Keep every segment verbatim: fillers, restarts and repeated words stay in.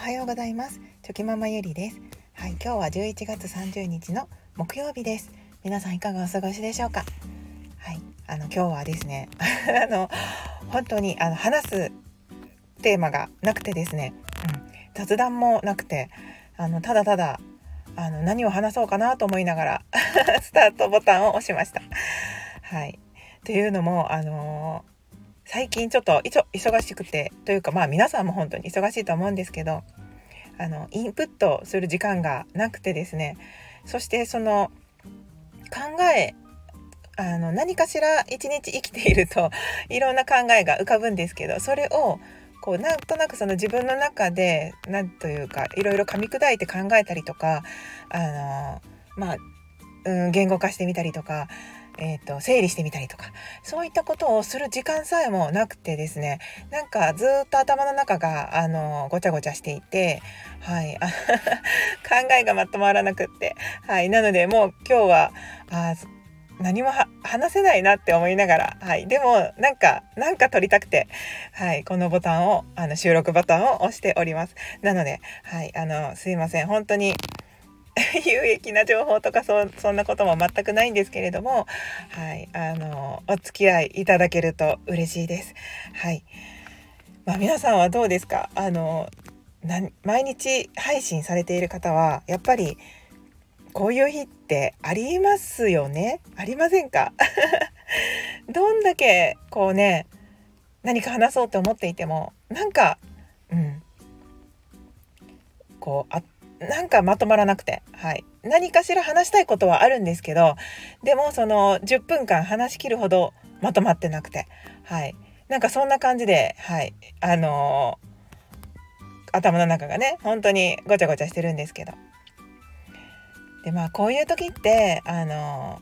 はようございます。チョキママゆりです。はい、今日はじゅういちがつさんじゅうにちの木曜日です。皆さんいかがお過ごしでしょうか。はい、あの今日はですねあの本当にあの話すテーマがなくてですね、うん、雑談もなくて、あのただただあの何を話そうかなと思いながらスタートボタンを押しました。はい、というのもあのー最近ちょっと忙しくてというか、まあ皆さんも本当に忙しいと思うんですけど、あのインプットする時間がなくてですね、そしてその考えあの何かしら一日生きているといろんな考えが浮かぶんですけど、それをこうなんとなくその自分の中でなんというかいろいろ噛み砕いて考えたりとか、あのまあ、うん、言語化してみたりとか、えーと、整理してみたりとか、そういったことをする時間さえもなくてですね、なんかずっと頭の中があのごちゃごちゃしていて、はい考えがまとまらなくって、はい、なのでもう今日はあ何もは話せないなって思いながら、はい、でもなんかなんか撮りたくて、はい、このボタンをあの収録ボタンを押しております。なので、はい、あのすいません、本当に有益な情報とか そ, そんなことも全くないんですけれども、はい、あのお付き合いいただけると嬉しいです。はい、まあ、皆さんはどうですか。あのな毎日配信されている方はやっぱりこういう日ってありますよね。ありませんかどんだけこうね何か話そうと思っていてもなんか、うん、こうあなんかまとまらなくて、はい、何かしら話したいことはあるんですけど、でもそのじゅっぷんかん話しきるほどまとまってなくて、はい、なんかそんな感じで、はい、あのー、頭の中がね本当にごちゃごちゃしてるんですけど、でまあこういう時ってあの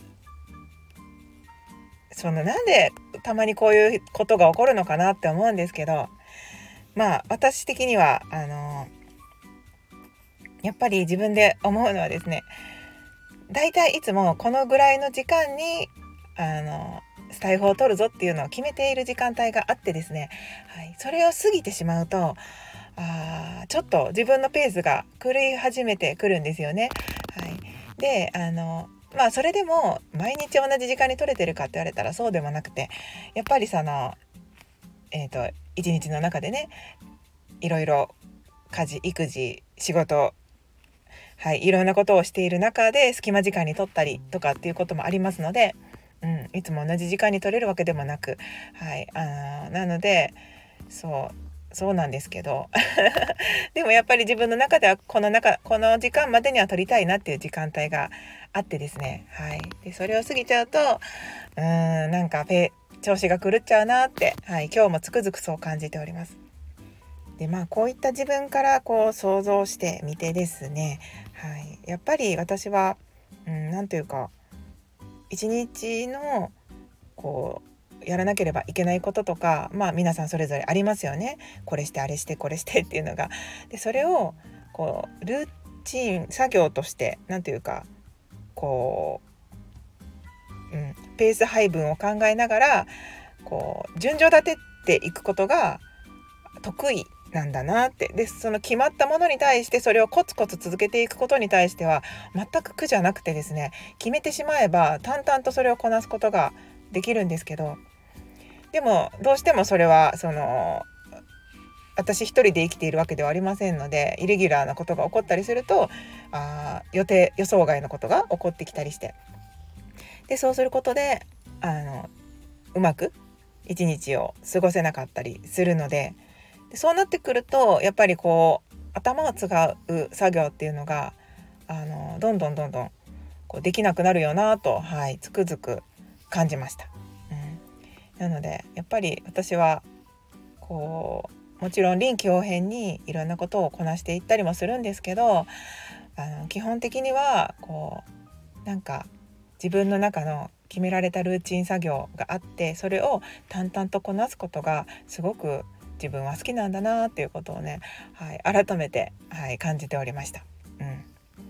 ー、そのなんでたまにこういうことが起こるのかなって思うんですけど、まあ私的にはあのーやっぱり自分で思うのはですね、だいたいいつもこのぐらいの時間にあのスタイフを取るぞっていうのを決めている時間帯があってですね、はい、それを過ぎてしまうとあちょっと自分のペースが狂い始めてくるんですよね。はい、であのまあそれでも毎日同じ時間に取れてるかって言われたらそうでもなくて、やっぱりそのえっと一日の中でね、いろいろ家事育児仕事、はい、いろんなことをしている中で隙間時間に取ったりとかっていうこともありますので、うん、いつも同じ時間に取れるわけでもなく、はい、あなのでそうそうなんですけどでもやっぱり自分の中ではこの中この時間までには取りたいなっていう時間帯があってですね、はい、でそれを過ぎちゃうとうーんなんかペ調子が狂っちゃうなって、はい、今日もつくづくそう感じております。でまあこういった自分からこう想像してみてですね、はい、やっぱり私は、うん、なんというか一日のこうやらなければいけないこととか、まあ皆さんそれぞれありますよね。これしてあれしてこれしてっていうのが。でそれをこうルーチン作業としてなんというかこう、うん、ペース配分を考えながらこう順序立てていくことが得意なんだなって。でその決まったものに対してそれをコツコツ続けていくことに対しては全く苦じゃなくてですね、決めてしまえば淡々とそれをこなすことができるんですけど、でもどうしてもそれはその私一人で生きているわけではありませんので、イレギュラーなことが起こったりするとあ予定予想外のことが起こってきたりして、でそうすることであのうまく一日を過ごせなかったりするので、でそうなってくるとやっぱりこう頭を使う作業っていうのがあのどんどんどんどんこうできなくなるよなと、はい、つくづく感じました。うん、なのでやっぱり私はこうもちろん臨機応変にいろんなことをこなしていったりもするんですけど、あの基本的にはこうなんか自分の中の決められたルーチン作業があって、それを淡々とこなすことがすごく自分は好きなんだなっていうことをね、はい、改めて、はい、感じておりました。うん、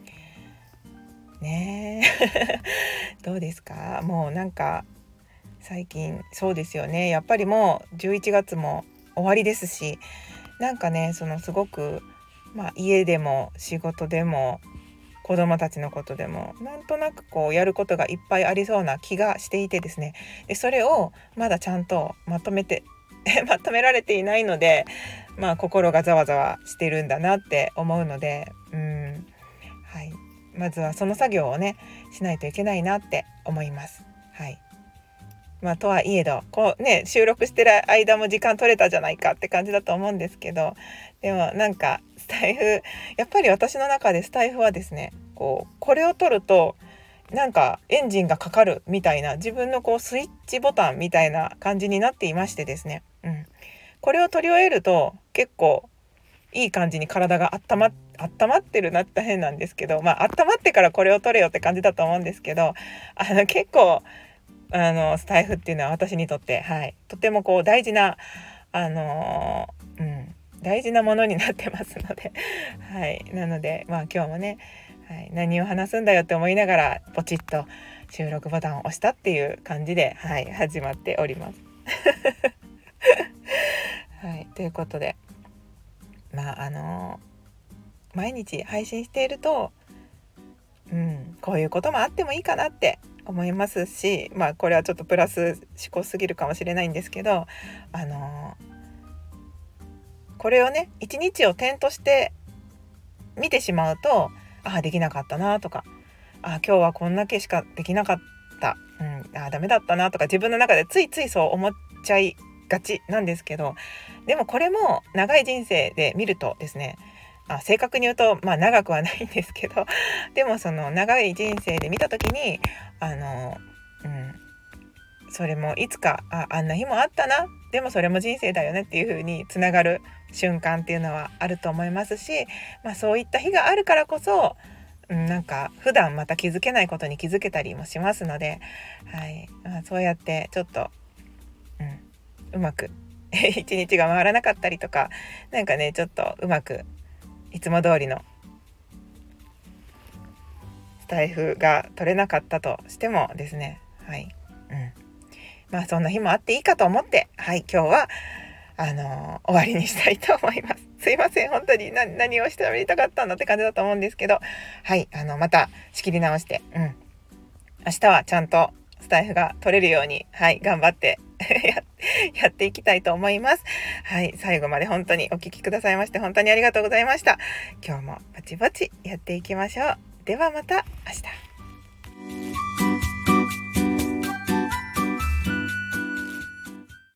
ねえどうですか。もうなんか最近そうですよね。やっぱりもうじゅういちがつも終わりですし、なんかねそのすごくまあ家でも仕事でも子供たちのことでもなんとなくこうやることがいっぱいありそうな気がしていてですね、でそれをまだちゃんとまとめてまとめられていないので、まあ心がざわざわしてるんだなって思うので、うん、はい、まずはその作業をねしないといけないなって思います。はい。まあとはいえどこうね収録してる間も時間取れたじゃないかって感じだと思うんですけど、でもなんかスタイフやっぱり私の中でスタイフはですね、こうこれを取るとなんかエンジンがかかるみたいな、自分のこうスイッチボタンみたいな感じになっていましてですね、うん、これを取り終えると結構いい感じに体が温ま温まってるなって変なんですけど、まあ温まってからこれを取れよって感じだと思うんですけど、あの結構あのスタイフっていうのは私にとって、はい、とてもこう大事なあのー、うん大事なものになってますのではい、なのでまあ今日もね、はい、何を話すんだよって思いながらポチッと収録ボタンを押したっていう感じで、はい、始まっておりますはい、ということでまああのー、毎日配信していると、うん、こういうこともあってもいいかなって思いますし、まあこれはちょっとプラス思考すぎるかもしれないんですけど、あのこれをね一日を点として見てしまうと、ああできなかったなとか、ああ今日はこんだけしかできなかった、うん、ああダメだったなとか、自分の中でついついそう思っちゃいがちなんですけど、でもこれも長い人生で見るとですね、あ正確に言うとまあ長くはないんですけど、でもその長い人生で見た時にあの、うん、それもいつか あ, あんな日もあったな、でもそれも人生だよねっていう風につながる瞬間っていうのはあると思いますし、まあ、そういった日があるからこそ、うん、なんか普段また気づけないことに気づけたりもしますので、はいまあ、そうやってちょっと、うん、うまく一日が回らなかったりとか、なんかねちょっとうまくいつも通りのスタイフが取れなかったとしてもですね、はい、うんまあそんな日もあっていいかと思って、はい今日はあのー、終わりにしたいと思います。すいません本当にな何をしてみたかったのって感じだと思うんですけど、はいあのまた仕切り直して、うん、明日はちゃんとスタイフが取れるように、はい頑張ってや, やっていきたいと思います。はい最後まで本当にお聞きくださいまして本当にありがとうございました。今日もバチバチやっていきましょう。ではまた明日。